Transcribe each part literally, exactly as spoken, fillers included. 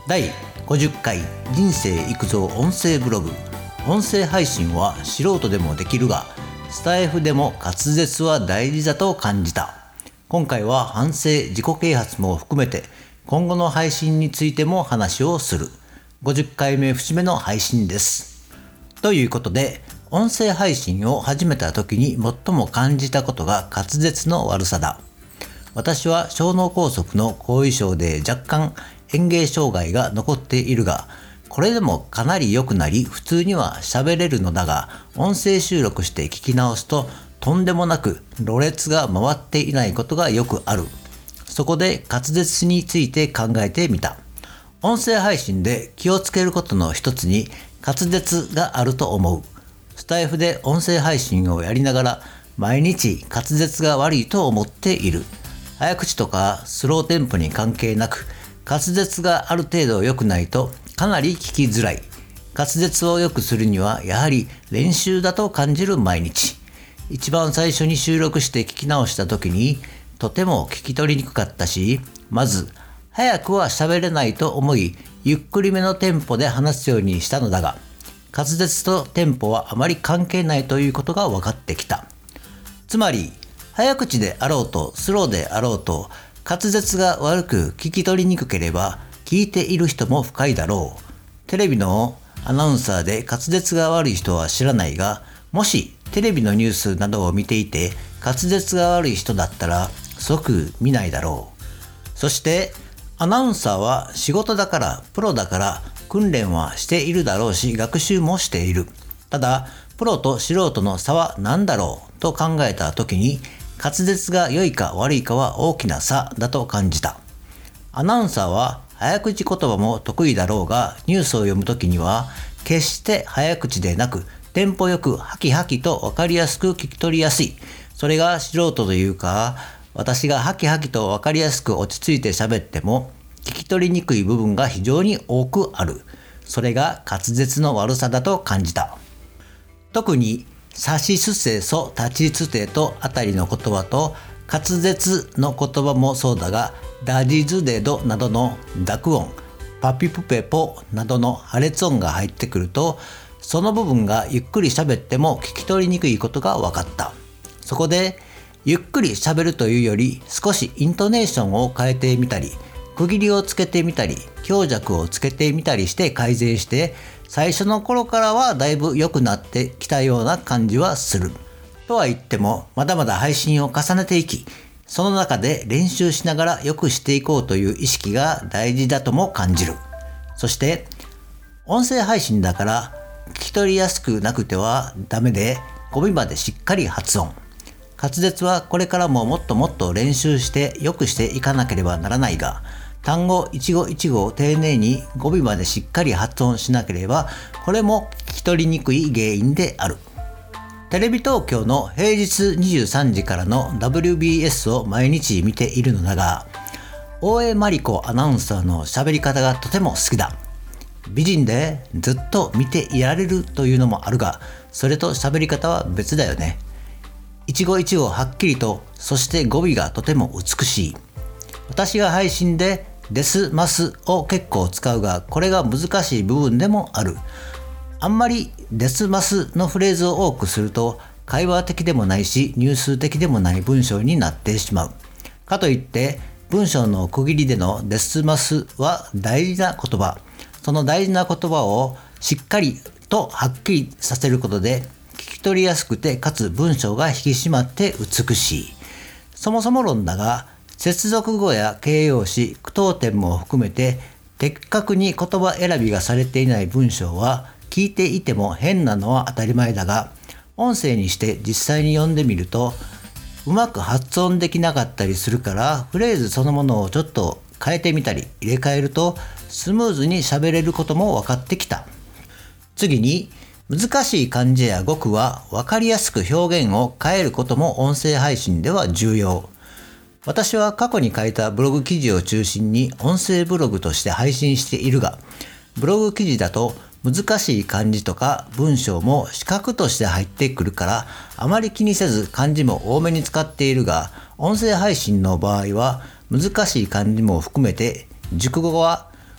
だいごじゅっかい人生育造音声ブログ。音声配信は素人でもできるが、スタイフでも滑舌は大事だと感じた。今回は反省、自己啓発も含めて今後の配信についても話をするごじゅっかいめ節目の配信です。ということで、音声配信を始めた時に最も感じたことが滑舌の悪さだ。私は小脳梗塞の後遺症で若干嚥下障害が残っているが、これでもかなり良くなり普通には喋れるのだが、音声収録して聞き直すととんでもなくろれつが回っていないことがよくある。そこで滑舌について考えてみた。音声配信で気をつけることの一つに滑舌があると思う。スタイフで音声配信をやりながら毎日滑舌が悪いと思っている。早口とかスローテンポに関係なく、滑舌がある程度良くないとかなり聞きづらい。滑舌を良くするにはやはり練習だと感じる毎日。一番最初に収録して聞き直した時にとても聞き取りにくかったし、まず早くは喋れないと思い、ゆっくりめのテンポで話すようにしたのだが、滑舌とテンポはあまり関係ないということが分かってきた。つまり早口であろうとスローであろうと、滑舌が悪く聞き取りにくければ聞いている人も不快だろう。テレビのアナウンサーで滑舌が悪い人は知らないが、もしテレビのニュースなどを見ていて滑舌が悪い人だったら即見ないだろう。そしてアナウンサーは仕事だからプロだから訓練はしているだろうし、学習もしている。ただプロと素人の差は何だろうと考えた時に、滑舌が良いか悪いかは大きな差だと感じた。アナウンサーは早口言葉も得意だろうが、ニュースを読むときには決して早口でなくテンポよくハキハキと分かりやすく聞き取りやすい。それが素人というか、私がハキハキと分かりやすく落ち着いて喋っても聞き取りにくい部分が非常に多くある。それが滑舌の悪さだと感じた。特にさしすせそ立ちつてとあたりの言葉と滑舌の言葉もそうだが、ダジズデドなどの濁音、パピプペポなどの破裂音が入ってくると、その部分がゆっくり喋っても聞き取りにくいことが分かった。そこでゆっくり喋るというより少しイントネーションを変えてみたり、区切りをつけてみたり、強弱をつけてみたりして改善して、最初の頃からはだいぶ良くなってきたような感じはする。とは言ってもまだまだ配信を重ねていき、その中で練習しながら良くしていこうという意識が大事だとも感じる。そして音声配信だから聞き取りやすくなくてはダメで、語尾までしっかり発音。滑舌はこれからももっともっと練習して良くしていかなければならないが、単語一語一語を丁寧に語尾までしっかり発音しなければ、これも聞き取りにくい原因である。テレビ東京の平日にじゅうさんじからの ダブリュービーエス を毎日見ているのだが、大江真理子アナウンサーの喋り方がとても好きだ。美人でずっと見ていられるというのもあるが、それと喋り方は別だよね。一語一語はっきりと、そして語尾がとても美しい。私が配信でですますを結構使うが、これが難しい部分でもある。あんまりですますのフレーズを多くすると会話的でもないし入数的でもない文章になってしまう。かといって文章の区切りでのですますは大事な言葉。その大事な言葉をしっかりとはっきりさせることで聞き取りやすくて、かつ文章が引き締まって美しい。そもそも論だが、接続語や形容詞、句読点も含めて的確に言葉選びがされていない文章は聞いていても変なのは当たり前だが、音声にして実際に読んでみるとうまく発音できなかったりするから、フレーズそのものをちょっと変えてみたり入れ替えるとスムーズに喋れることも分かってきた。次に、難しい漢字や語句は分かりやすく表現を変えることも音声配信では重要。私は過去に書いたブログ記事を中心に音声ブログとして配信しているが、ブログ記事だと難しい漢字とか文章も視覚として入ってくるからあまり気にせず漢字も多めに使っているが、音声配信の場合は難しい漢字も含めて熟語は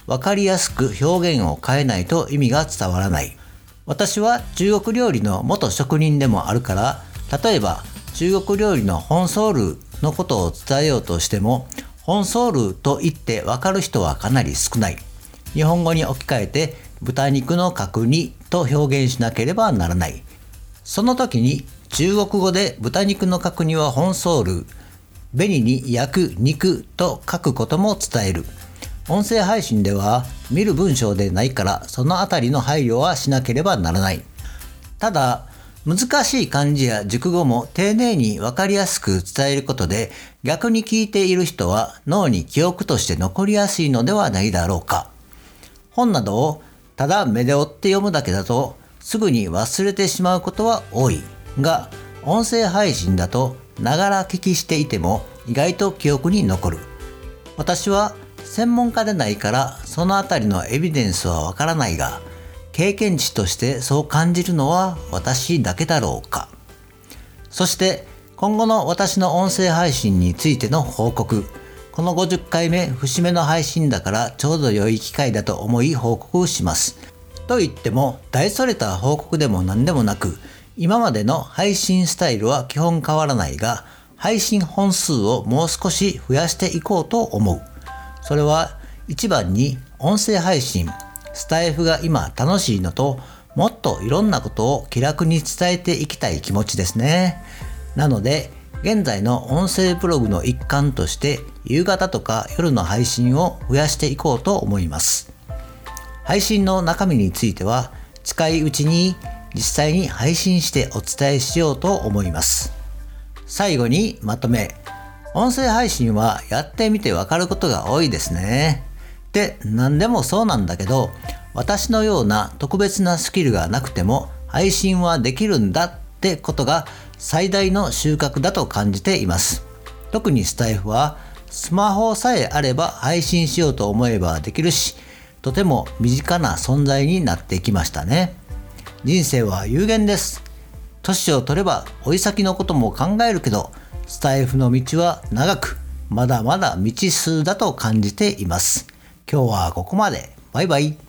分かりやすく表現を変えないと意味が伝わらない。私は中国料理の元職人でもあるから、例えば中国料理の本ソウルのことを伝えようとしても、本ソウルと言って分かる人はかなり少ない。日本語に置き換えて豚肉の角煮と表現しなければならない。その時に中国語で豚肉の角煮は本ソウル、紅に焼く肉と書くことも伝える。音声配信では見る文章でないから、そのあたりの配慮はしなければならない。ただ、難しい漢字や熟語も丁寧に分かりやすく伝えることで、逆に聞いている人は脳に記憶として残りやすいのではないだろうか。本などをただ目で追って読むだけだとすぐに忘れてしまうことは多いが、音声配信だとながら聞きしていても意外と記憶に残る。私は専門家でないからそのあたりのエビデンスはわからないが、経験値としてそう感じるのは私だけだろうか。そして今後の私の音声配信についての報告。このごじゅっかいめ節目の配信だからちょうど良い機会だと思い報告します。と言っても大それた報告でも何でもなく、今までの配信スタイルは基本変わらないが、配信本数をもう少し増やしていこうと思う。それは一番に音声配信、スタイフが今楽しいのと、もっといろんなことを気楽に伝えていきたい気持ちですね。なので現在の音声ブログの一環として夕方とか夜の配信を増やしていこうと思います。配信の中身については近いうちに実際に配信してお伝えしようと思います。最後にまとめ。音声配信はやってみてわかることが多いですね。で、何でもそうなんだけど、私のような特別なスキルがなくても配信はできるんだってことが最大の収穫だと感じています。特にスタイフはスマホさえあれば配信しようと思えばできるし、とても身近な存在になってきましたね。人生は有限です。年を取れば追い先のことも考えるけど、スタイフの道は長く、まだまだ未知数だと感じています。今日はここまで。バイバイ。